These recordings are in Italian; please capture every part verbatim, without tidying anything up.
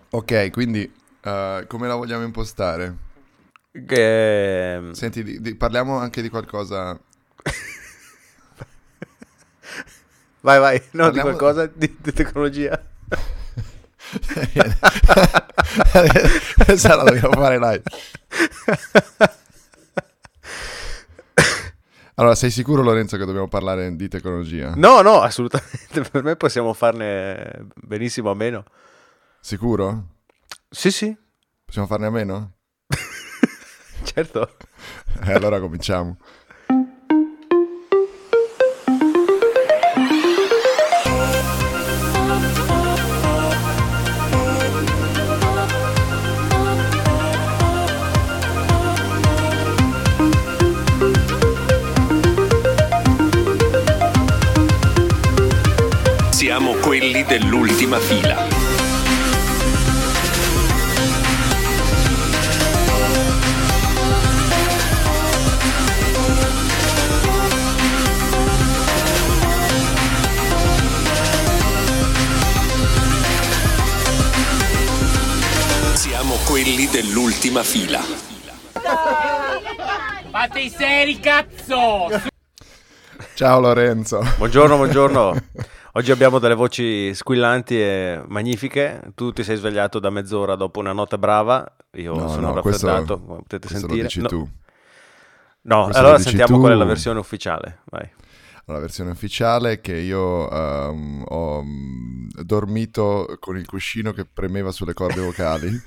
Ok, quindi uh, come la vogliamo impostare? Che... Senti, di, di, parliamo anche di qualcosa. Vai, vai, no, parliamo... di qualcosa di, di tecnologia. Questa la dobbiamo fare live. Allora, sei sicuro, Lorenzo, che dobbiamo parlare di tecnologia? No, no, assolutamente. Per me possiamo farne benissimo a meno. Sicuro? Sì, sì. Possiamo farne a meno? Certo. E eh, allora cominciamo. Siamo quelli dell'ultima fila. Siamo quelli dell'ultima fila. Fate i seri, cazzo! Ciao Lorenzo. Buongiorno, buongiorno. Oggi abbiamo delle voci squillanti e magnifiche. Tu ti sei svegliato da mezz'ora dopo una notte brava. Io no, sono no, raffreddato, questo, come potete questo sentire. Lo dici no, tu. no questo allora lo dici sentiamo tu. qual è la versione ufficiale. Vai. La versione ufficiale è che io um, ho um, dormito con il cuscino che premeva sulle corde vocali.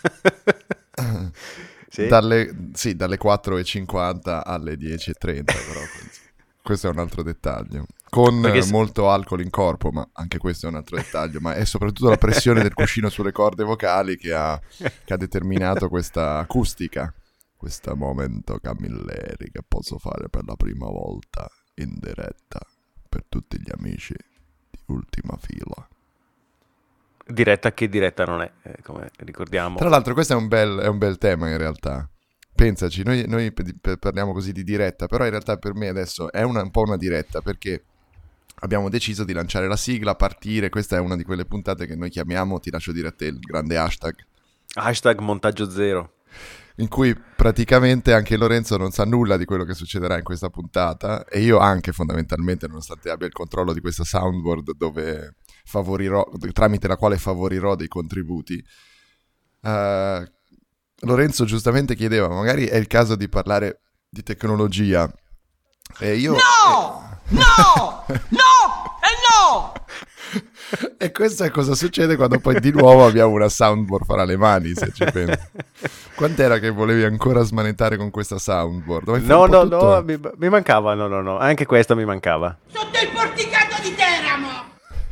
Sì? Dalle, sì, dalle quattro e cinquanta alle dieci e trenta, però questo è un altro dettaglio. Con Perché... molto alcol in corpo, ma anche questo è un altro dettaglio. Ma è soprattutto la pressione del cuscino sulle corde vocali che ha, che ha determinato questa acustica, questo momento Camilleri che posso fare per la prima volta in diretta per tutti gli amici di Ultima Fila. Diretta che diretta non è, eh, come ricordiamo. Tra l'altro questo è un bel, è un bel tema in realtà. Pensaci, noi, noi parliamo così di diretta, però in realtà per me adesso è una, un po' una diretta, perché abbiamo deciso di lanciare la sigla, partire. Questa è una di quelle puntate che noi chiamiamo, ti lascio dire a te il grande hashtag. Hashtag montaggio zero. In cui praticamente anche Lorenzo non sa nulla di quello che succederà in questa puntata, e io anche fondamentalmente, nonostante abbia il controllo di questa soundboard dove favorirò, tramite la quale favorirò dei contributi. Uh, Lorenzo giustamente chiedeva, magari è il caso di parlare di tecnologia. E io... No! No! No! E no! E questo è cosa succede quando poi di nuovo abbiamo una soundboard fra le mani, se ci pensi. Quant'era che volevi ancora smanettare con questa soundboard? No, no, tutto... no, mi, mi mancava, no, no, no, anche questa mi mancava. Sotto il porticato di Teramo!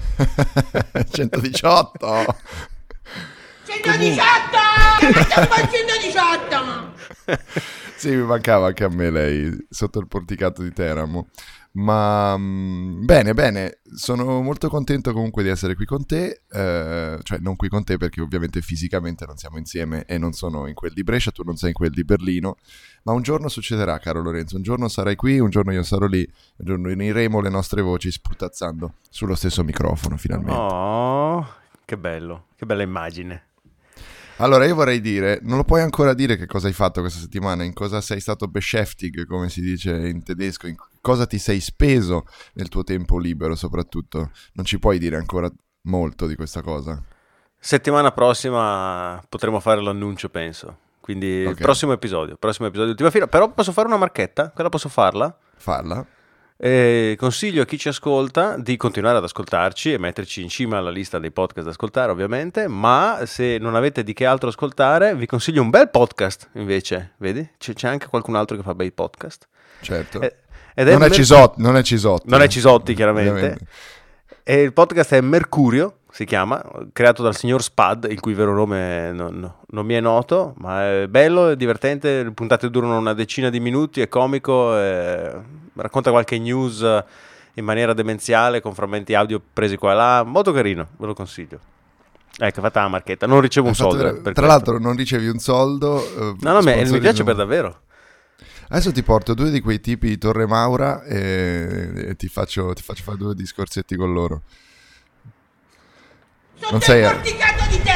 centodiciotto! centodiciotto! centodiciotto! Sì, mi mancava anche a me lei, sotto il porticato di Teramo. Ma mh, bene, bene, sono molto contento comunque di essere qui con te, eh, cioè non qui con te perché ovviamente fisicamente non siamo insieme e non sono in quel di Brescia, tu non sei in quel di Berlino, ma un giorno succederà, caro Lorenzo, un giorno sarai qui, un giorno io sarò lì, un giorno uniremo le nostre voci sputazzando sullo stesso microfono finalmente. Oh, che bello, che bella immagine. Allora io vorrei dire, non lo puoi ancora dire che cosa hai fatto questa settimana, in cosa sei stato beschäftigt, come si dice in tedesco, in cosa ti sei speso nel tuo tempo libero soprattutto, non ci puoi dire ancora molto di questa cosa? Settimana prossima potremo fare l'annuncio, penso, quindi okay. il prossimo episodio, prossimo episodio di Ultima Fila, però posso fare una marchetta? Quella posso farla? Farla? Eh, consiglio a chi ci ascolta di continuare ad ascoltarci e metterci in cima alla lista dei podcast da ascoltare, ovviamente, ma se non avete di che altro ascoltare vi consiglio un bel podcast invece, vedi? C- c'è anche qualcun altro che fa bei podcast. Certo. Eh, ed è non, è Mer- Cisotti, non è Cisotti. Non è Cisotti, chiaramente. Ovviamente. E il podcast è Mercurio, si chiama, creato dal signor Spad, il cui vero nome non, non mi è noto, ma è bello, è divertente, le puntate durano una decina di minuti, è comico, è... racconta qualche news in maniera demenziale, con frammenti audio presi qua e là, molto carino, ve lo consiglio. Ecco, fatta la marchetta, non ricevo un soldo. Vedere, tra questo. L'altro non ricevi un soldo. Uh, no, no, mi, mi piace per davvero. Adesso ti porto due di quei tipi di Torre Maura e, e ti, faccio, ti faccio fare due discorsetti con loro. Sotto non sei il porticato di Teramo!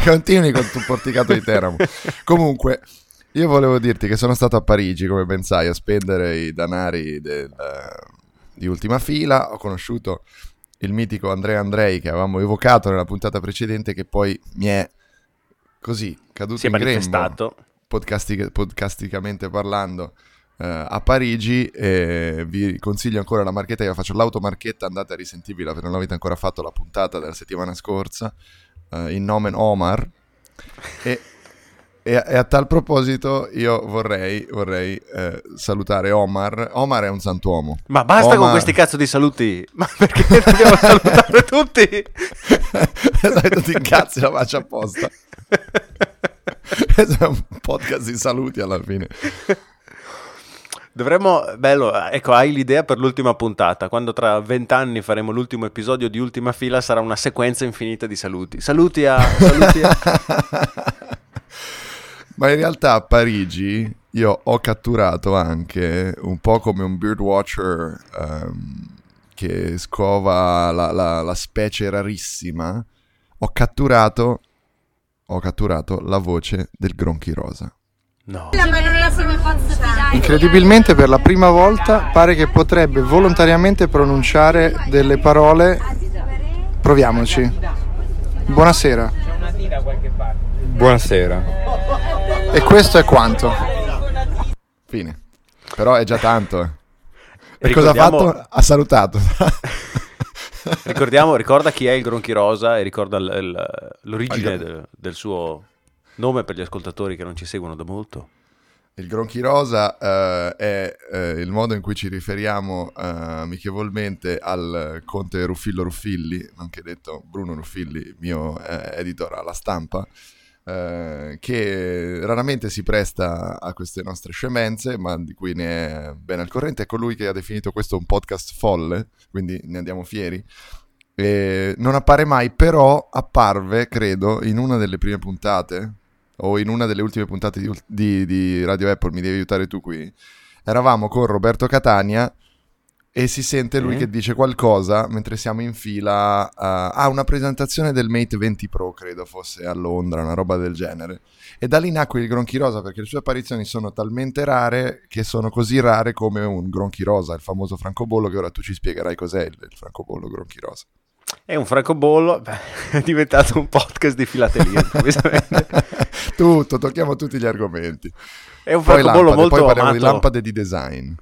continui con il tuo porticato di Teramo. Comunque, io volevo dirti che sono stato a Parigi, come ben sai, a spendere i danari del, di Ultima Fila. Ho conosciuto il mitico Andrea Andrei che avevamo evocato nella puntata precedente, che poi mi è così caduto si è in grembo, manifestato podcastic- podcasticamente parlando, eh, a Parigi. E vi consiglio ancora la marchetta, io faccio l'automarchetta, andate a risentirvela se non l'avete ancora fatto, la puntata della settimana scorsa, eh, in nomen Omar. E E a, e a tal proposito io vorrei, vorrei eh, salutare Omar. Omar è un santuomo. Ma basta Omar... con questi cazzo di saluti. Ma perché dobbiamo salutare tutti? Esatto, ti incazzi, la faccio apposta. Questo è un podcast di saluti alla fine. Dovremmo, bello, ecco, hai l'idea per l'ultima puntata, quando tra vent'anni faremo l'ultimo episodio di Ultima Fila, sarà una sequenza infinita di saluti. Saluti a... Saluti a... Ma in realtà a Parigi io ho catturato anche, un po' come un birdwatcher um, che scova la, la, la specie rarissima, ho catturato, ho catturato la voce del gronchi rosa. No. Incredibilmente per la prima volta pare che potrebbe volontariamente pronunciare delle parole. Proviamoci. Buonasera. Buonasera. E questo è quanto. Fine. Però è già tanto. eh. E Ricordiamo- cosa ha fatto? Ha salutato. Ricordiamo, ricorda chi è il Gronchi Rosa e ricorda l- l- l'origine Ah, del, del suo nome per gli ascoltatori che non ci seguono da molto. Il gronchi rosa eh, è eh, il modo in cui ci riferiamo eh, amichevolmente al conte Ruffillo Ruffilli, nonché detto Bruno Ruffilli, mio eh, editor alla Stampa, eh, che raramente si presta a queste nostre scemenze, ma di cui ne è ben al corrente. È colui che ha definito questo un podcast folle, quindi ne andiamo fieri. E non appare mai, però apparve, credo, in una delle prime puntate o in una delle ultime puntate di, di, di Radio Apple, mi devi aiutare tu qui. Eravamo con Roberto Catania e si sente lui Mm. che dice qualcosa mentre siamo in fila a ah, una presentazione del Mate venti Pro, credo fosse a Londra, una roba del genere. E da lì nacque il Gronchi Rosa, perché le sue apparizioni sono talmente rare che sono così rare come un Gronchi Rosa, il famoso francobollo, che ora tu ci spiegherai cos'è il, il francobollo Gronchi Rosa. È un francobollo, beh, è diventato un podcast di filatelia. improvvisamente. Tutto, tocchiamo tutti gli argomenti. È un Poi francobollo lampade, molto poi parliamo di amato. lampade di design.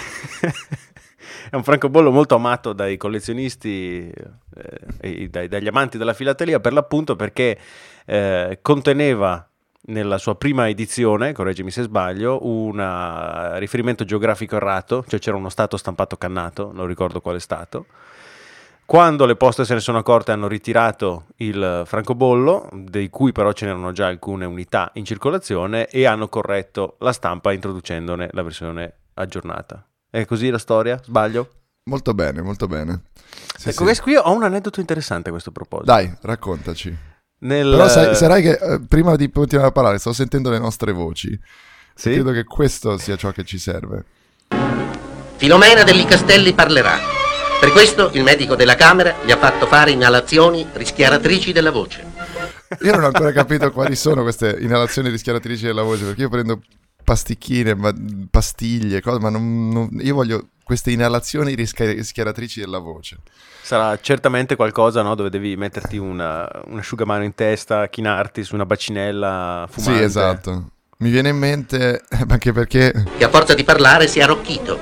È un francobollo molto amato dai collezionisti eh, e dai- dagli amanti della filatelia, per l'appunto perché eh, conteneva nella sua prima edizione, correggimi se sbaglio, un uh, riferimento geografico errato, cioè c'era uno stato stampato cannato, non ricordo quale stato. Quando le poste se ne sono accorte hanno ritirato il francobollo, di cui però ce n'erano già alcune unità in circolazione, e hanno corretto la stampa introducendone la versione aggiornata. È così la storia? Sbaglio? Molto bene, molto bene. Sì, Ecco, sì. questo qui ho un aneddoto interessante a questo proposito. Dai, raccontaci. Nel, Però sai, sarai che eh, prima di continuare a parlare sto sentendo le nostre voci. Sì? Credo che questo sia ciò che ci serve. Filomena Delli Castelli parlerà. Per questo il medico della Camera gli ha fatto fare inalazioni rischiaratrici della voce. Io non ho ancora capito quali sono queste inalazioni rischiaratrici della voce, perché io prendo pasticchine, ma- pastiglie, cose, ma non, non- io voglio queste inalazioni rischi- rischiaratrici della voce. Sarà certamente qualcosa, no, dove devi metterti una, un asciugamano in testa, chinarti su una bacinella fumante. Sì, esatto. Mi viene in mente, eh, anche perché Che a forza di parlare si è arrocchito.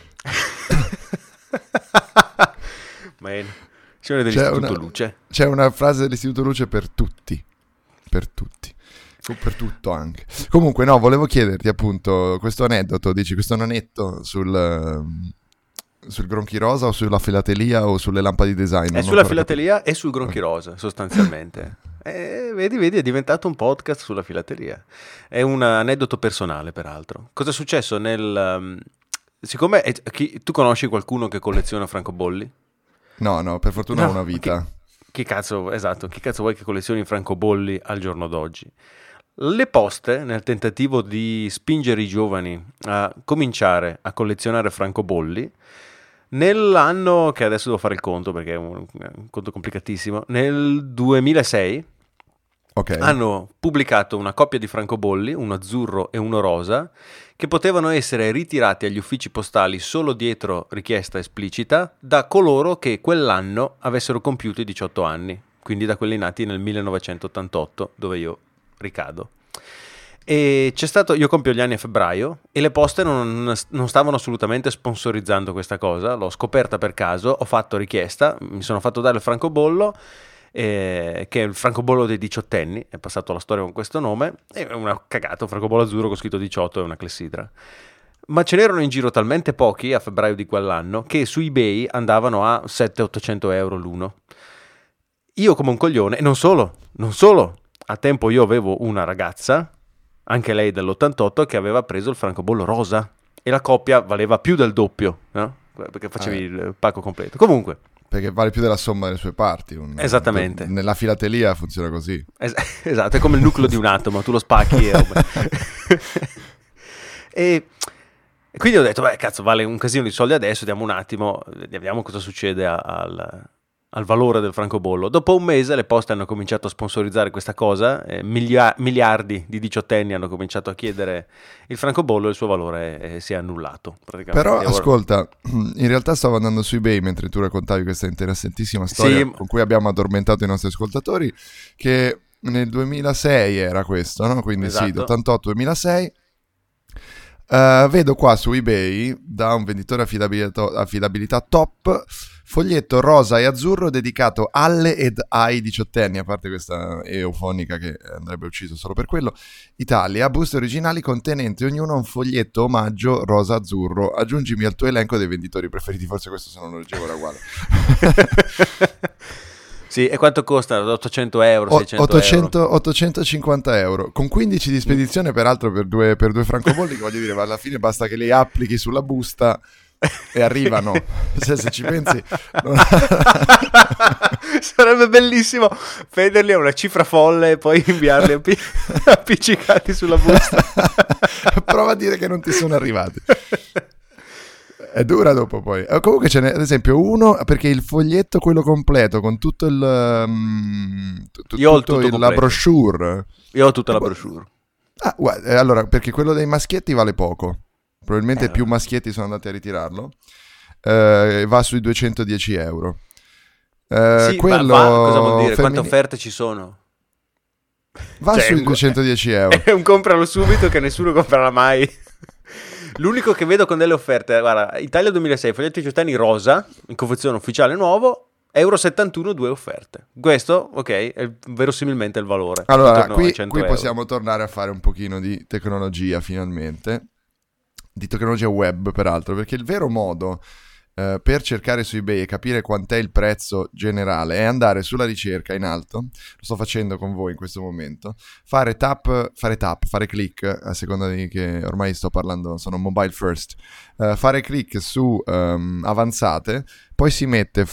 Bene. Signore C'è dell'Istituto una- Luce. c'è una frase dell'Istituto Luce per tutti, per tutti, Fu per tutto anche. Comunque no, volevo chiederti appunto questo aneddoto, dici questo nanetto sul, ehm, sul Gronchi Rosa o sulla filatelia o sulle lampade di design? Non È ho sulla ancora filatelia e sul Gronchi Rosa, sostanzialmente. Eh, vedi, vedi, è diventato un podcast sulla filatelia. È un aneddoto personale, peraltro. Cosa è successo nel... um, siccome è- chi- tu conosci qualcuno che colleziona francobolli? capito. No, no, per fortuna No, ho una vita. Chi, chi cazzo, esatto, chi cazzo vuoi che collezioni francobolli al giorno d'oggi? Le poste, nel tentativo di spingere i giovani a cominciare a collezionare francobolli, nell'anno, che adesso devo fare il conto perché è un, un conto complicatissimo, nel duemilasei Okay. hanno pubblicato una coppia di francobolli, uno azzurro e uno rosa, che potevano essere ritirati agli uffici postali solo dietro richiesta esplicita da coloro che quell'anno avessero compiuto i diciotto anni, quindi da quelli nati nel millenovecentottantotto, dove io ricado. E c'è stato, io compio gli anni a febbraio e le poste non, non stavano assolutamente sponsorizzando questa cosa, l'ho scoperta per caso, ho fatto richiesta, mi sono fatto dare il francobollo, Eh, che è il francobollo dei diciottenni, è passato alla storia con questo nome, è una cagata, un francobollo azzurro con scritto diciotto e una clessidra, ma ce n'erano in giro talmente pochi a febbraio di quell'anno che su eBay andavano a settecento ottocento euro l'uno. Io come un coglione, e non solo, non solo, a tempo io avevo una ragazza, anche lei dell'ottantotto, che aveva preso il francobollo rosa e la coppia valeva più del doppio, no? Perché facevi eh. il pacco completo. Comunque, perché vale più della somma delle sue parti. Un, Esattamente. Un, nella filatelia funziona così. Es- esatto, è come il nucleo di un atomo, tu lo spacchi e... e quindi ho detto, beh, cazzo, vale un casino di soldi adesso, diamo un attimo, vediamo cosa succede a, al, al valore del francobollo. Dopo un mese le poste hanno cominciato a sponsorizzare questa cosa, eh, milia- miliardi di diciottenni hanno cominciato a chiedere il francobollo e il suo valore è, è, si è annullato. Però ora... ascolta, in realtà stavo andando su eBay mentre tu raccontavi questa interessantissima storia sì. con cui abbiamo addormentato i nostri ascoltatori, che nel duemilasei era questo, no? Quindi esatto. Sì, ottantotto duemilasei. Uh, vedo qua su eBay da un venditore affidabilità, affidabilità top foglietto rosa e azzurro dedicato alle ed ai diciottenni, a parte questa eufonica che andrebbe ucciso solo per quello. Italia, buste originali contenenti ognuno un foglietto omaggio rosa azzurro, aggiungimi al tuo elenco dei venditori preferiti. Forse questo se non lo leggevo era uguale. Sì, e quanto costa? ottocento euro, seicento ottocento, euro? ottocentocinquanta euro, con quindici di spedizione peraltro per due, per due francobolli, che voglio dire, alla fine basta che li applichi sulla busta e arrivano. se, se ci pensi... Non... Sarebbe bellissimo venderli a una cifra folle e poi inviarli appi- appiccicati sulla busta. Prova a dire che non ti sono arrivati. È dura dopo poi. Comunque ce n'è ad esempio uno, perché il foglietto quello completo con tutto il um, t- Io ho tutto il tutto il, la brochure. Io ho tutta la brochure. Ah, guarda, allora, perché quello dei maschietti vale poco. Probabilmente eh, più maschietti sono andati a ritirarlo. Uh, va sui duecentodieci euro. Uh, sì, quello ma va, cosa vuol dire? Femmini... Quante offerte ci sono? Va cioè, sui duecentodieci euro. È un compralo subito che nessuno comprerà mai. L'unico che vedo con delle offerte, guarda, Italia duemilasei, foglietto diciottenni rosa, in confezione ufficiale nuovo, euro settantuno, due offerte. Questo, ok, è verosimilmente il valore. Allora, qui, qui possiamo tornare a fare un pochino di tecnologia, finalmente. Di tecnologia web, peraltro, perché il vero modo Uh, per cercare su eBay e capire quant'è il prezzo generale è andare sulla ricerca in alto, lo sto facendo con voi in questo momento, fare tap, fare tap, fare click, a seconda di che ormai sto parlando, sono mobile first, uh, fare click su um, avanzate, poi si mette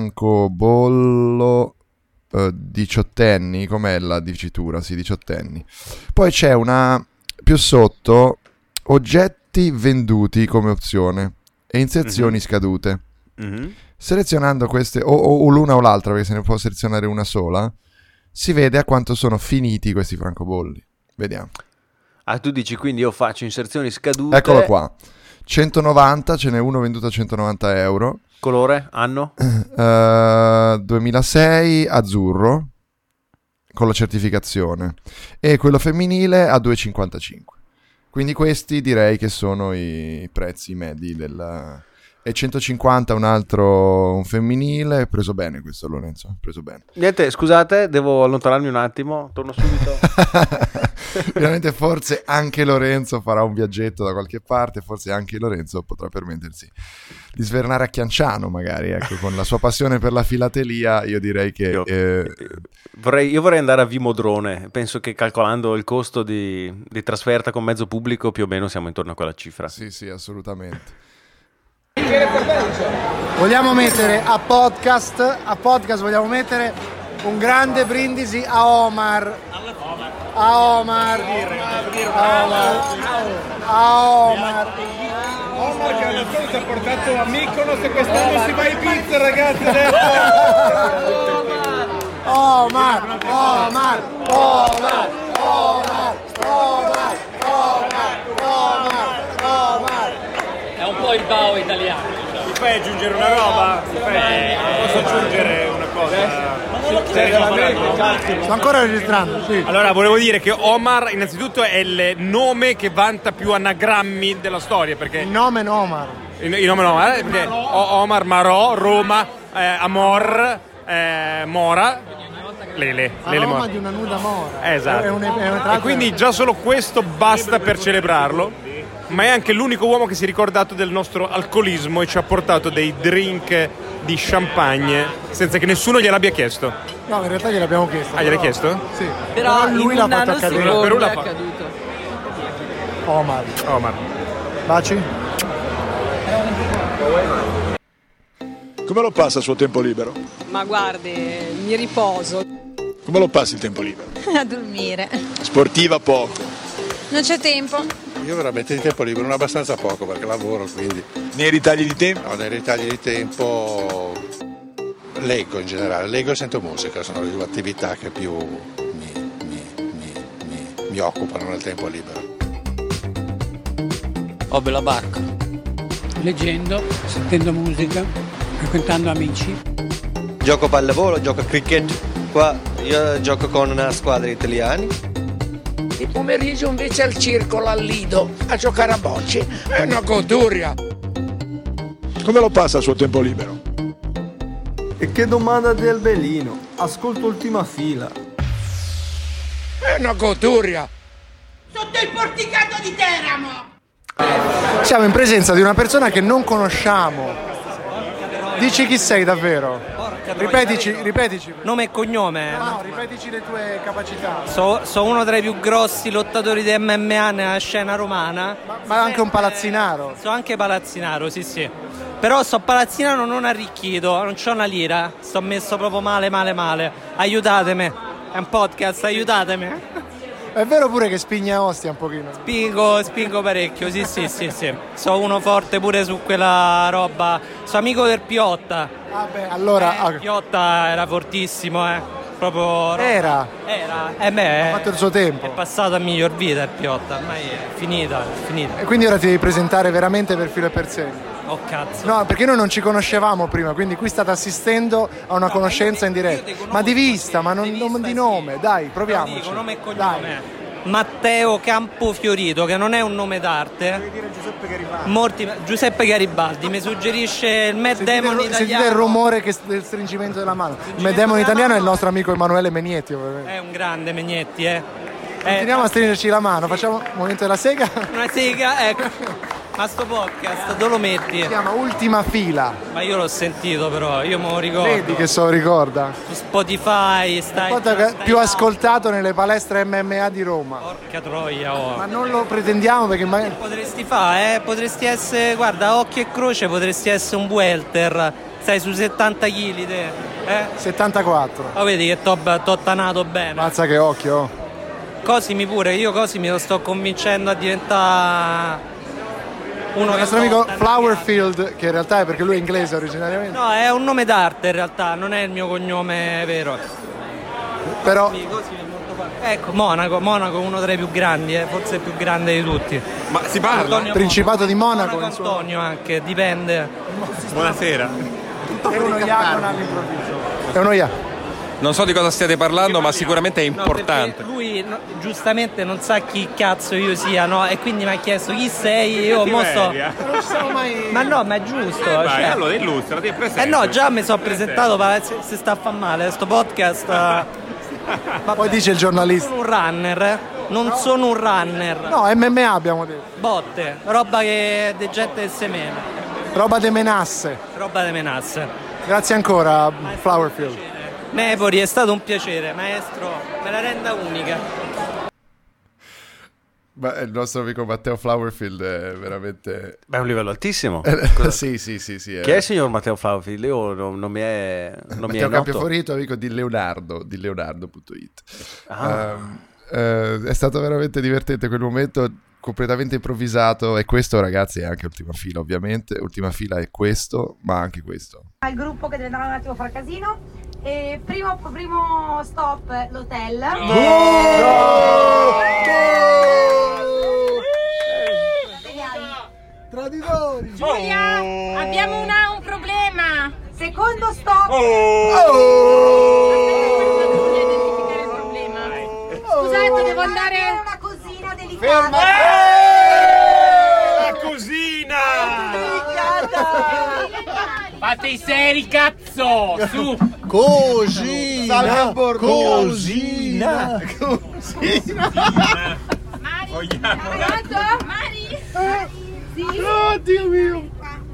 francobollo uh, diciottenni, com'è la dicitura? Sì, diciottenni. Poi c'è una più sotto, oggetti venduti come opzione e inserzioni mm-hmm. scadute. Mm-hmm. Selezionando queste o, o, o l'una o l'altra, perché se ne può selezionare una sola, si vede a quanto sono finiti questi francobolli. Vediamo. Ah, tu dici quindi io faccio inserzioni scadute. Eccolo qua, centonovanta, ce n'è uno venduto a centonovanta euro. Colore? Anno? Uh, duemilasei, azzurro con la certificazione, e quello femminile a due e cinquantacinque. Quindi questi direi che sono i prezzi medi della... E centocinquanta un altro, un femminile. Preso bene questo, Lorenzo, preso bene. Niente, scusate, devo allontanarmi un attimo, torno subito. Veramente forse anche Lorenzo farà un viaggetto da qualche parte, forse anche Lorenzo potrà permettersi di svernare a Chianciano magari, ecco, con la sua passione per la filatelia. Io direi che... Io, eh... vorrei, io vorrei andare a Vimodrone, penso che calcolando il costo di, di trasferta con mezzo pubblico più o meno siamo intorno a quella cifra. Sì, sì, assolutamente. Vogliamo mettere a podcast, a podcast vogliamo mettere un grande brindisi a Omar. A Omar. A Omar. A Omar. Omar che alla solito ha portato a Mykonos e quest'anno si va a Ibiza, ragazzi. Omar. Omar. Omar. italiano. Mi fai aggiungere una roba? Mi fai... Posso aggiungere una cosa? Sto ancora registrando, sì. Allora, volevo dire che Omar innanzitutto è il nome che vanta più anagrammi della storia, perché Il nome è Omar. il, il nome no, eh, perché O- Omar, Marò, Roma, eh, Amor, eh, Mora, Lele, Lele Aroma Mora. di una nuda mora. Eh, esatto. È un- è un- E quindi già solo questo basta per celebrarlo. Ma è anche l'unico uomo che si è ricordato del nostro alcolismo e ci ha portato dei drink di champagne senza che nessuno gliel'abbia chiesto. No, in realtà gliel'abbiamo chiesto. Ah, gliel'hai però- chiesto? Sì. Però lui in l'ha un fatto accadere. nanosecondo Per una è fa- accaduto. Omar. Omar. Baci? Come lo passa il suo tempo libero? Ma guardi, mi riposo. Come lo passa il tempo libero? A dormire. Sportiva poco. Non c'è tempo. Io veramente di tempo libero, non abbastanza poco perché lavoro, quindi Nei ritagli di tempo? no, nei ritagli di tempo leggo in generale, leggo e sento musica, sono le due attività che più mi, mi, mi, mi, mi occupano nel tempo libero. Ho bella barca. Leggendo, sentendo musica, frequentando amici. Gioco pallavolo, gioco a cricket. Qua io gioco con una squadra di italiani. Il pomeriggio invece al circolo, al Lido, a giocare a bocce. È una goduria. Come lo passa il suo tempo libero? E che domanda del Belino. Ascolto Ultima Fila. È una goduria. Sotto il porticato di Teramo. Siamo in presenza di una persona che non conosciamo. Dici chi sei davvero? Ripetici, ripetici. Nome e cognome. No, no, ripetici le tue capacità. So, so uno tra i più grossi lottatori di M M A nella scena romana. Ma, ma anche un palazzinaro. So anche palazzinaro, sì sì. Però sto palazzinaro non arricchito, non c'ho una lira. Sto messo proprio male, male, male. Aiutatemi. È un podcast, aiutatemi. È vero pure che spigna Ostia un pochino. Spingo, spingo parecchio, sì sì sì sì. So uno forte pure su quella roba. So amico del Piotta. Vabbè, allora... Eh, Piotta era fortissimo, eh. Proprio... roba- Era. Era. Eh beh, Ha fatto il suo tempo. è passato a miglior vita il Piotta, ormai è finita, è finita. E quindi ora ti devi presentare veramente per filo e per segno. Oh cazzo. No, perché noi non ci conoscevamo prima, quindi qui state assistendo a una conoscenza in diretta. Ma di vista, ma non, non di nome, dai, proviamoci. Dico nome e Dai. cognome. Matteo Campofiorito, che non è un nome d'arte. Giuseppe Garibaldi. Morti- Giuseppe Garibaldi mi suggerisce il Mad Demon Sentite italiano. il rumore che, del stringimento della mano. Il medemone italiano è il nostro amico Emanuele Menietti, ovviamente. È un grande Megnetti, eh. Continuiamo a stringerci la mano, facciamo il momento della sega. Una sega, ecco. Ma sto podcast dove lo metti? Si chiama Ultima Fila. Ma io l'ho sentito però, io me lo ricordo. Vedi che so ricorda. Su Spotify stai, Il podcast stai più là. ascoltato nelle palestre M M A di Roma. Porca troia, oh. Ma non lo pretendiamo perché magari... Potresti fare, eh? Potresti essere, guarda, occhio e croce, potresti essere un welter. Stai su settanta chili te, eh? settantaquattro. Oh, vedi che t'ho t'ho tanato bene. Mazza che occhio. Cosimi pure, io Cosimi lo sto convincendo a diventare uno Il che nostro amico lotta nel Flowerfield, che in realtà è perché lui è inglese originariamente. No, è un nome d'arte in realtà, non è il mio cognome vero. Però Ecco, Monaco, Monaco uno tra i più grandi, eh, forse il più grande di tutti. Ma si parla? Antonio Principato di Monaco, Monaco insomma. Antonio anche, dipende. Buonasera. è uno Iacon all'improvviso. È uno Iacon. Non so di cosa stiate parlando, ma sicuramente è No, importante. perché lui no, giustamente non sa chi cazzo io sia, no? E quindi mi ha chiesto chi sei, io mo sto... Non ci siamo mai... Ma no, ma è giusto. Eh, vai, cioè... allora illustrati, presenta. Eh no, già mi sono presentato, ma se, se sta a fa male, sto podcast... eh, Poi dice il giornalista. Non sono un runner, eh. Non sono un runner. No, M M A abbiamo detto. Botte, roba che degetta il semene. Roba de menasse. Roba de menasse. Grazie ancora, Flowerfield. Nepori, è stato un piacere, maestro, me la renda unica. Ma il nostro amico Matteo Flowerfield è veramente... Beh, è un livello altissimo. sì, sì, sì, sì. Chi è il signor Matteo Flowerfield? Io non, non mi è non mi è Matteo noto. Campiaforito, amico di Leonardo, di leonardo punto it. Ah. Um, eh, è stato veramente divertente quel momento, completamente improvvisato, e questo, ragazzi, è anche Ultima Fila, ovviamente. Ultima Fila è questo, ma anche questo. Al gruppo che deve andare un attimo a far casino. E primo, primo stop l'hotel. No! Traditori. Giulia. stop! Scusate, devo andare. Una cosina delicata. La cosina! Fate i seri, cazzo! Su! Cosina! Cosina! Cosina! Pronto? Mari? Sì? Oh, Dio mio!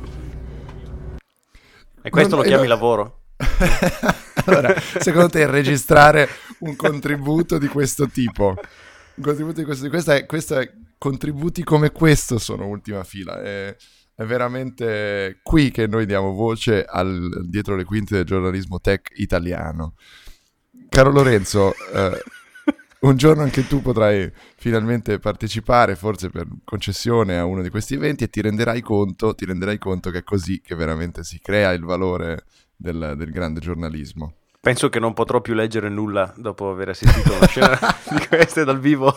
E questo Non- lo chiami eh, no. lavoro? Allora, secondo te registrare un contributo di questo tipo, un contributo di questo, questa è, questo è, contributi come questo sono Ultima Fila, è, è veramente qui che noi diamo voce al dietro le quinte del giornalismo tech italiano. Caro Lorenzo, eh, un giorno anche tu potrai finalmente partecipare, forse per concessione, a uno di questi eventi e ti renderai conto, ti renderai conto che è così che veramente si crea il valore del, del grande giornalismo. Penso che non potrò più leggere nulla dopo aver assistito a una scena di queste dal vivo.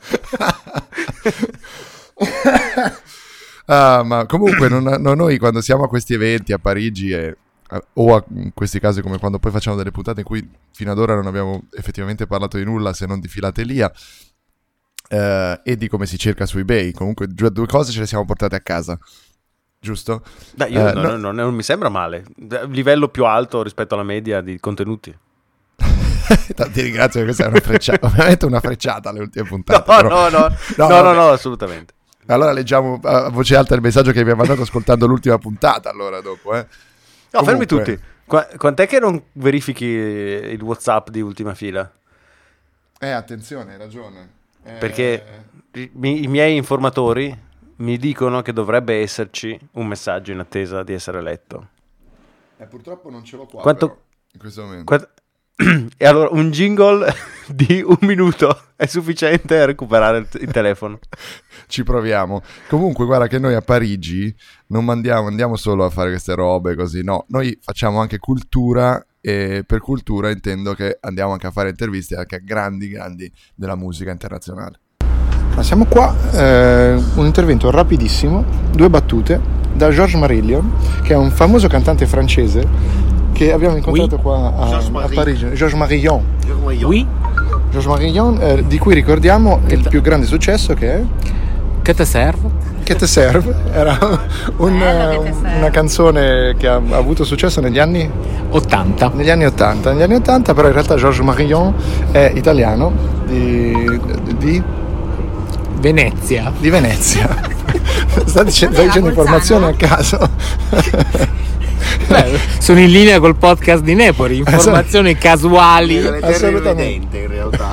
Ah, ma comunque non, non- noi quando siamo a questi eventi a Parigi e, o a, in questi casi come quando poi facciamo delle puntate in cui fino ad ora non abbiamo effettivamente parlato di nulla se non di filatelia eh, e di come si cerca su eBay, comunque due, due cose ce le siamo portate a casa, giusto? Dai, io Eh, non, no- non- non mi sembra male. Livello più alto rispetto alla media di contenuti. Ti ringrazio, questa è una frecciata, ovviamente una frecciata alle ultime puntate. No, però- no, no, no, no, vabbè. no, assolutamente. Allora leggiamo a voce alta il messaggio che mi ha mandato ascoltando l'ultima puntata, allora dopo, eh. No, fermi Comunque- tutti. Qua- quant'è che non verifichi il WhatsApp di Ultima Fila? Eh, attenzione, hai ragione. Eh, Perché i, mi- i miei informatori mi dicono che dovrebbe esserci un messaggio in attesa di essere letto. eh, purtroppo non ce l'ho qua, Quanto- però, in questo momento. Quant- e allora un jingle di un minuto è sufficiente a recuperare il, il telefono. Ci proviamo. Comunque, guarda che noi a Parigi non mandiamo, andiamo solo a fare queste robe così, no. Noi facciamo anche cultura e per cultura intendo che andiamo anche a fare interviste anche a grandi, grandi della musica internazionale. Ma siamo qua, eh, un intervento rapidissimo, due battute, da Georges Marilion, che è un famoso cantante francese che abbiamo incontrato Oui. qua a, a Parigi. Georges Marilion. Oui? Georges Marilion, eh, di cui ricordiamo il più grande successo che è Che te serve? Che te serve? Era un, eh, una canzone che ha avuto successo negli anni ottanta. Negli anni ottanta, negli anni ottanta, però in realtà Georges Marilion è italiano di, di Venezia. Di Venezia. Sta dicendo, sta dicendo informazioni a caso. Beh, sono in linea col podcast di Nepori, informazioni casuali. Assolutamente. In realtà.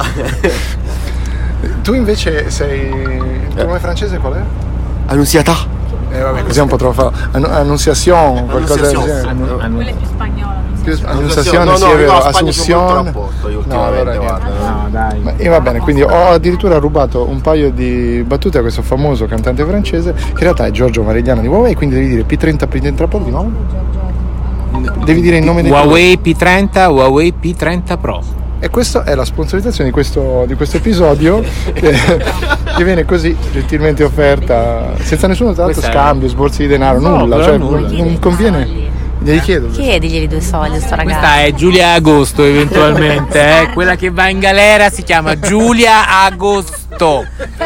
Tu invece sei. Il tuo nome francese qual è? Annunziata. Eh vabbè, così è un po' troppo. Annu- Annunciation, qualcosa del genere. Annu- annu- Quella è più spagnola. Più- No, Annunciazione, no, sì, no, è vero, no, a Spagna sono Assunción. molto troppo, io No, ultimamente, allora guarda. niente. No, dai. Ma, e va bene, quindi ho addirittura rubato un paio di battute a questo famoso cantante francese, che in realtà è Giorgio Marigliano di Huawei, quindi devi dire P trenta P trenta Pro di nuovo. Devi dire il nome del Huawei P trenta, Huawei P trenta Pro. E questa è la sponsorizzazione di questo, di questo episodio che, che viene così gentilmente offerta senza nessuno tra l'altro Questa è- scambio, sborsi di denaro, No, nulla, però cioè nulla. non, non conviene. Glieli chiedo. Chiedigli due soldi, sto ragazzo. Questa è Giulia Agosto eventualmente, eh? Quella che va in galera si chiama Giulia Agosto.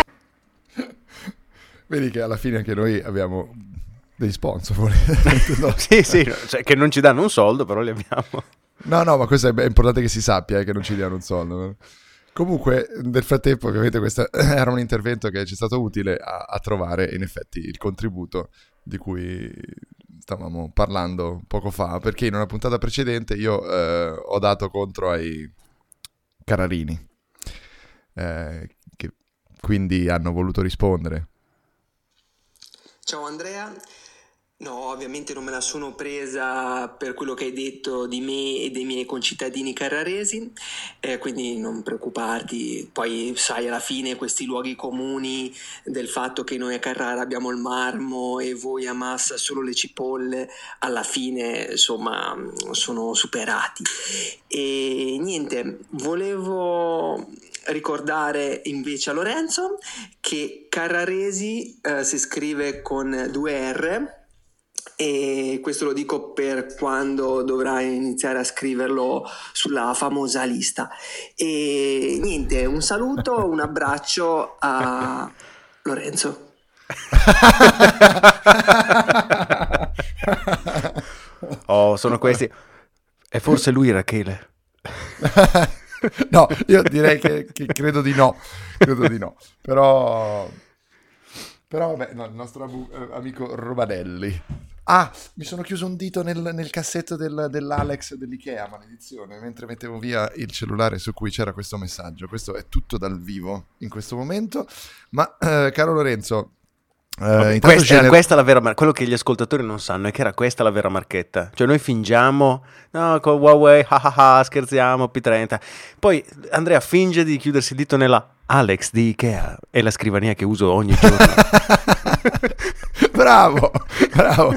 Vedi che alla fine anche noi abbiamo dei sponsor. No. Sì, sì, cioè, che non ci danno un soldo, però li abbiamo. No, no, ma questo è è importante che si sappia, eh, che non ci diano un soldo. Comunque, nel frattempo, ovviamente, questo era un intervento che ci è stato utile a, a trovare, in effetti, il contributo di cui stavamo parlando poco fa, perché in una puntata precedente io eh, ho dato contro ai Cararini, eh, che quindi hanno voluto rispondere. Ciao Andrea, no, ovviamente non me la sono presa per quello che hai detto di me e dei miei concittadini carraresi, eh, quindi non preoccuparti, poi sai alla fine questi luoghi comuni del fatto che noi a Carrara abbiamo il marmo e voi a Massa solo le cipolle, alla fine insomma sono superati. E niente, volevo ricordare invece a Lorenzo che Carraresi eh, si scrive con due R e questo lo dico per quando dovrai iniziare a scriverlo sulla famosa lista. E niente, un saluto, un abbraccio a Lorenzo. Oh, sono questi. E forse lui Rachele. No, io direi che, che credo di no, credo di no. Però, però vabbè, no, il nostro abu- amico Robadelli. Ah, mi sono chiuso un dito nel, nel cassetto del, dell'Alex dell'Ikea, maledizione, mentre mettevo via il cellulare su cui c'era questo messaggio. Questo è tutto dal vivo in questo momento. Ma, eh, caro Lorenzo... Eh, Vabbè, questa, era questa la vera mar- quello che gli ascoltatori non sanno è che era questa la vera marchetta, cioè noi fingiamo no con Huawei ah ah ah, scherziamo P trenta, poi Andrea finge di chiudersi il dito nella Alex di Ikea, è la scrivania che uso ogni giorno. Bravo, bravo.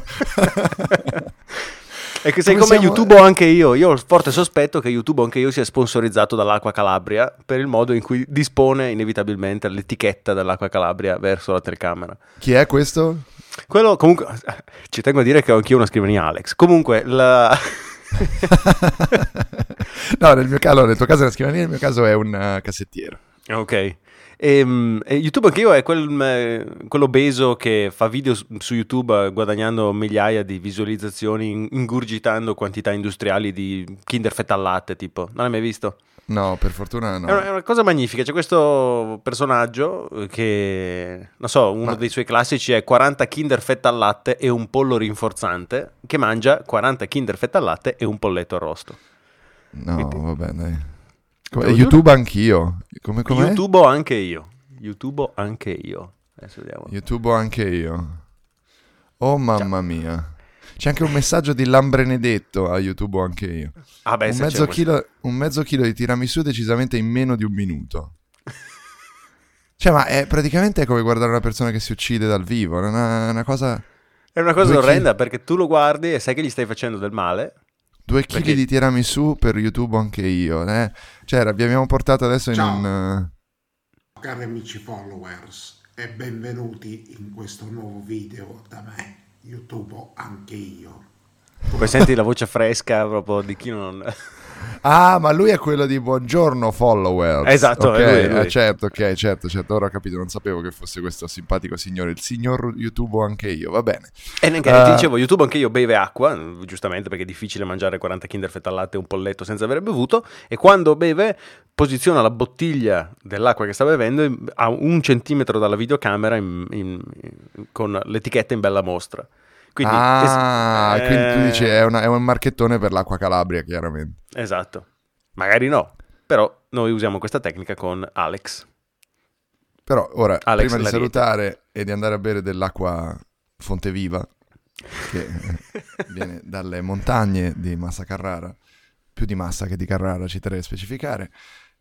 E che sai come, come siamo... YouTube ho anche io, io ho il forte sospetto che YouTube anche io sia sponsorizzato dall'Acqua Calabria per il modo in cui dispone inevitabilmente l'etichetta dell'Acqua Calabria verso la telecamera. Chi è questo? Quello comunque, ci tengo a dire che ho anch'io una scrivania Alex, comunque la... No, nel mio caso, nel tuo caso è una scrivania, nel mio caso è un uh, cassettiero. Ok. E, e YouTube anche io è quel, quell'obeso che fa video su YouTube guadagnando migliaia di visualizzazioni ingurgitando quantità industriali di Kinder Fetta al latte, tipo. Non l'hai mai visto? No, per fortuna no. È una, è una cosa magnifica, c'è questo personaggio che, non so, uno Ma... dei suoi classici è quaranta Kinder Fetta al latte e un pollo rinforzante, che mangia quaranta Kinder Fetta al latte e un polletto arrosto. No, Quindi... vabbè, dai. Come, YouTube anch'io. Come, com'è? YouTube anche io. YouTube anche io. Adesso vediamo. YouTube anche io. Oh mamma mia. C'è anche un messaggio di Lambrenedetto a YouTube anche io. Ah beh, un, mezzo chilo, un mezzo chilo di tiramisù decisamente in meno di un minuto. Cioè, ma è praticamente come guardare una persona che si uccide dal vivo. È una, una cosa... È una cosa orrenda, perché tu lo guardi e sai che gli stai facendo del male. Due chili Perché... di tiramisù per YouTube anche io, eh? Cioè, vi abbiamo portato adesso Ciao. in un... Uh... Cari amici followers, e benvenuti in questo nuovo video da me, YouTube anche io. Poi senti la voce fresca proprio di chi non... Ah, ma lui è quello di Buongiorno Followers. Esatto, okay, è lui, è lui. Eh, certo, ok, certo, certo, ora ho capito, non sapevo che fosse questo simpatico signore, il signor YouTube anche io, va bene. E neanche, uh, ti dicevo, YouTube anche io beve acqua, giustamente perché è difficile mangiare quaranta Kinder Fetta al latte e un polletto senza aver bevuto, e quando beve posiziona la bottiglia dell'acqua che sta bevendo a un centimetro dalla videocamera in, in, in, con l'etichetta in bella mostra. Quindi, ah, es- quindi eh... tu dici è, una, è un marchettone per l'acqua Calabria, chiaramente. Esatto, magari no, però noi usiamo questa tecnica con Alex. Però ora, Alex prima di Larieta. salutare e di andare a bere dell'acqua Fonte Viva, che viene dalle montagne di Massa Carrara, più di Massa che di Carrara, ci terrei a specificare,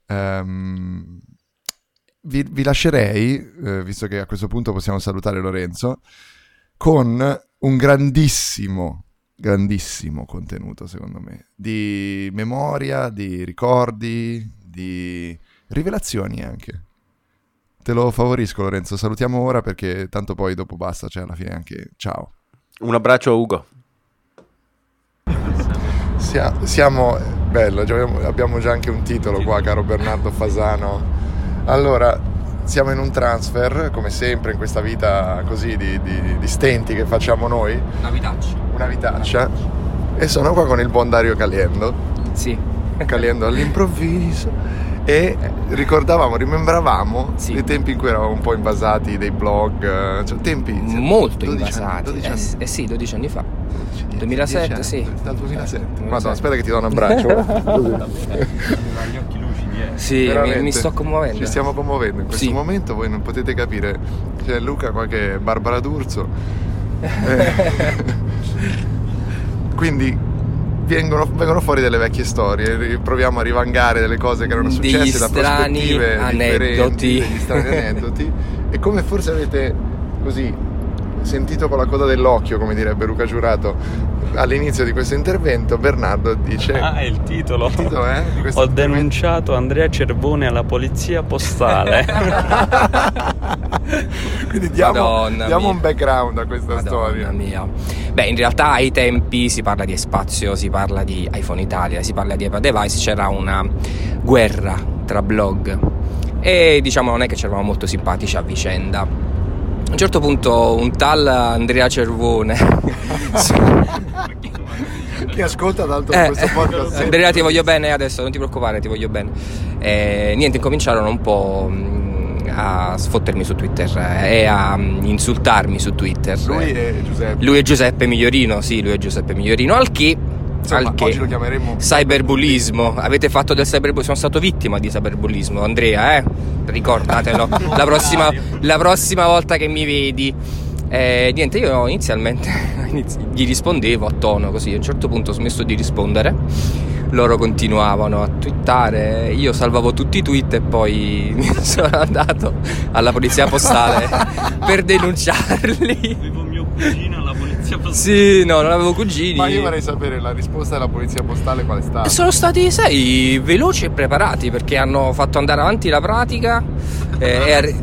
um, vi, vi lascerei, eh, visto che a questo punto possiamo salutare Lorenzo, con un grandissimo, grandissimo contenuto, secondo me, di memoria, di ricordi, di rivelazioni anche. Te lo favorisco, Lorenzo, salutiamo ora perché tanto poi dopo basta, cioè alla fine anche ciao. Un abbraccio a Ugo. Sia, siamo, bello, già abbiamo, abbiamo già anche un titolo qua, caro Bernardo Fasano. Allora... Siamo in un transfer, come sempre in questa vita così di, di, di stenti che facciamo noi. Una vitaccia. Una vitaccia. E sono qua con il buon Dario Caliendo. Sì. Caliendo all'improvviso. E ricordavamo, rimembravamo sì. dei tempi in cui eravamo un po' invasati dei blog. Cioè tempi... Molto dodici invasati. Anni, dodici anni. Eh, eh sì, dodici anni fa. duemilasette, anni, sì. Dal duemilasette. Madonna, aspetta che ti do un abbraccio. Sì, mi, mi sto commuovendo. Ci stiamo commuovendo in questo sì. momento, voi non potete capire. C'è Luca qua che è Barbara D'Urso. Eh. Quindi vengono, vengono fuori delle vecchie storie, proviamo a rivangare delle cose che erano successe degli da prospettive aneddoti. differenti, degli strani aneddoti. E come forse avete così sentito con la coda dell'occhio, come direbbe Luca Giurato all'inizio di questo intervento, Bernardo dice... Ah, è il titolo. Il titolo è? Di questo Ho denunciato Andrea Cervone alla polizia postale. Quindi diamo, diamo mia. un background a questa Madonna storia. mia. Beh, in realtà ai tempi si parla di Spazio, si parla di iPhone Italia, si parla di iPad Device, c'era una guerra tra blog e diciamo non è che c'eravamo molto simpatici a vicenda. A un certo punto un tal Andrea Cervone che ascolta tanto eh, questo podcast. Andrea, ti voglio bene adesso, non ti preoccupare, ti voglio bene. E niente, incominciarono un po' a sfottermi su Twitter e a insultarmi su Twitter. Lui è Giuseppe. Lui è Giuseppe Migliorino, sì, lui è Giuseppe Migliorino, al che Insomma, al che oggi lo chiameremo cyberbullismo. Avete fatto del cyberbullismo? Sono stato vittima di cyberbullismo, Andrea, eh? Ricordatelo. la prossima la prossima volta che mi vedi. Eh, niente, io inizialmente gli rispondevo a tono così, a un certo punto ho smesso di rispondere, loro continuavano a twittare, io salvavo tutti i tweet e poi mi sono andato alla polizia postale per denunciarli. Avevo mio cugino alla polizia postale. Sì, no, non avevo cugini. Ma io vorrei sapere la risposta della polizia postale qual è stata. Sono stati, sai, veloci e preparati perché hanno fatto andare avanti la pratica. eh, e arri-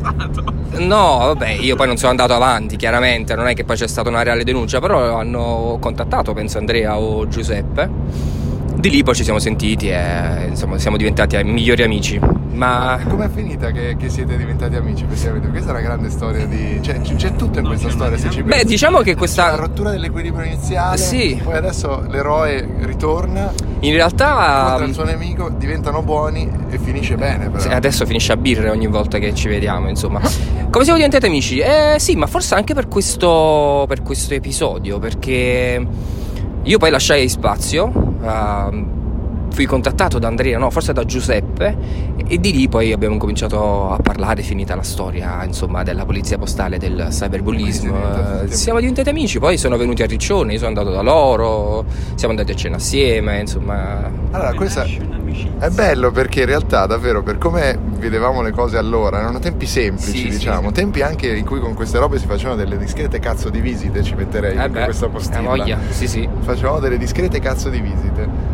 No, vabbè, io poi non sono andato avanti, chiaramente, non è che poi c'è stata una reale denuncia, però hanno contattato, penso, Andrea o Giuseppe. Di lì poi ci siamo sentiti e insomma siamo diventati migliori amici. Ma com'è finita che, che siete diventati amici? Questa è una grande storia di... Cioè, c'è tutto in questa storia, se ci pensi. Beh, diciamo che questa... La rottura dell'equilibrio iniziale, sì. Poi adesso l'eroe ritorna, in realtà incontra il suo nemico, diventano buoni e finisce bene però. Sì, adesso finisce a birre ogni volta che ci vediamo, insomma. Come siamo diventati amici? Eh sì, ma forse anche per questo, per questo episodio, perché io poi lasciai Spazio, uh, fui contattato da Andrea, no, forse da Giuseppe, e di lì poi abbiamo cominciato a parlare, finita la storia, insomma, della polizia postale, del cyberbullismo. Uh, siamo diventati amici, poi sono venuti a Riccione, io sono andato da loro, siamo andati a cena assieme, insomma. Allora, questa è bello perché in realtà davvero, per come vedevamo le cose allora, erano tempi semplici, sì, diciamo, sì. Tempi anche in cui con queste robe si facevano delle discrete cazzo di visite, ci metterei eh in beh, questa postilla. Voglia. Sì, sì. Facevamo delle discrete cazzo di visite.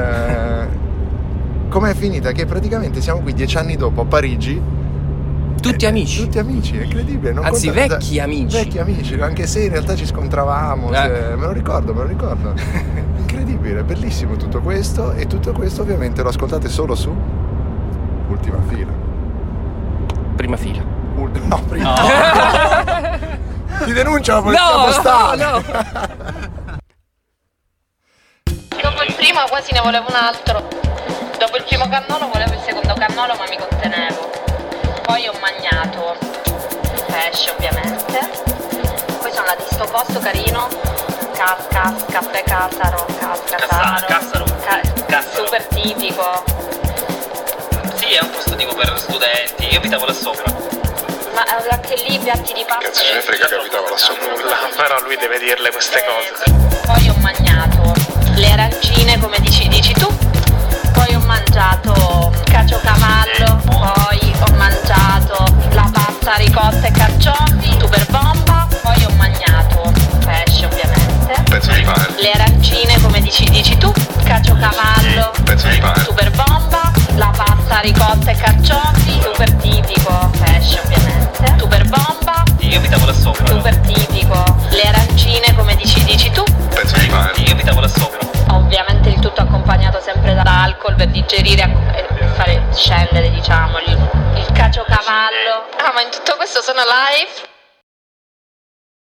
Eh, com'è finita? Che praticamente siamo qui dieci anni dopo a Parigi, tutti eh, amici, tutti amici, è incredibile. Non anzi conta, vecchi da, amici, vecchi amici, anche se in realtà ci scontravamo. Eh. Se, me lo ricordo, me lo ricordo. Incredibile, bellissimo tutto questo, e tutto questo ovviamente lo ascoltate solo su Ultima Fila. Prima fila. Ul- no, prima. No. Ti denuncia la polizia no, postale. No, no. Dopo il primo quasi ne volevo un altro. Dopo il primo cannolo volevo il secondo cannolo, ma mi contenevo. Poi ho mangiato pesce, ovviamente. Poi sono andata in sto posto carino. Cas, cas, caffè Cassaro, cas, Cassaro. Cassaro. Ca- super tipico. Sì, è un posto tipo per studenti. Io abitavo là sopra. Ma anche lì piatti di pasta. Cazzo ce ne frega che abitava là sopra. Però lui deve dirle queste cose. Poi ho mangiato le arancine, come dici, dici tu. Poi ho mangiato caciocavallo. Poi ho mangiato la pasta ricotta e carciofi, super bomba. Poi ho mangiato pesce, ovviamente. Pezzo di pane. Le arancine, come dici, dici tu. Caciocavallo. Pezzo di pane. Super bomba. La pasta ricotta e carciofi, super tipico. Pesce, ovviamente. Super bomba. Io abitavo là sopra. Super tipico. Le arancine, come dici, dici tu. Pezzo di pane. Io abitavo là sopra. Ovviamente il tutto accompagnato sempre dall'alcol per digerire e per fare scendere, diciamo, il, il caciocavallo. Ah, ma in tutto questo sono live?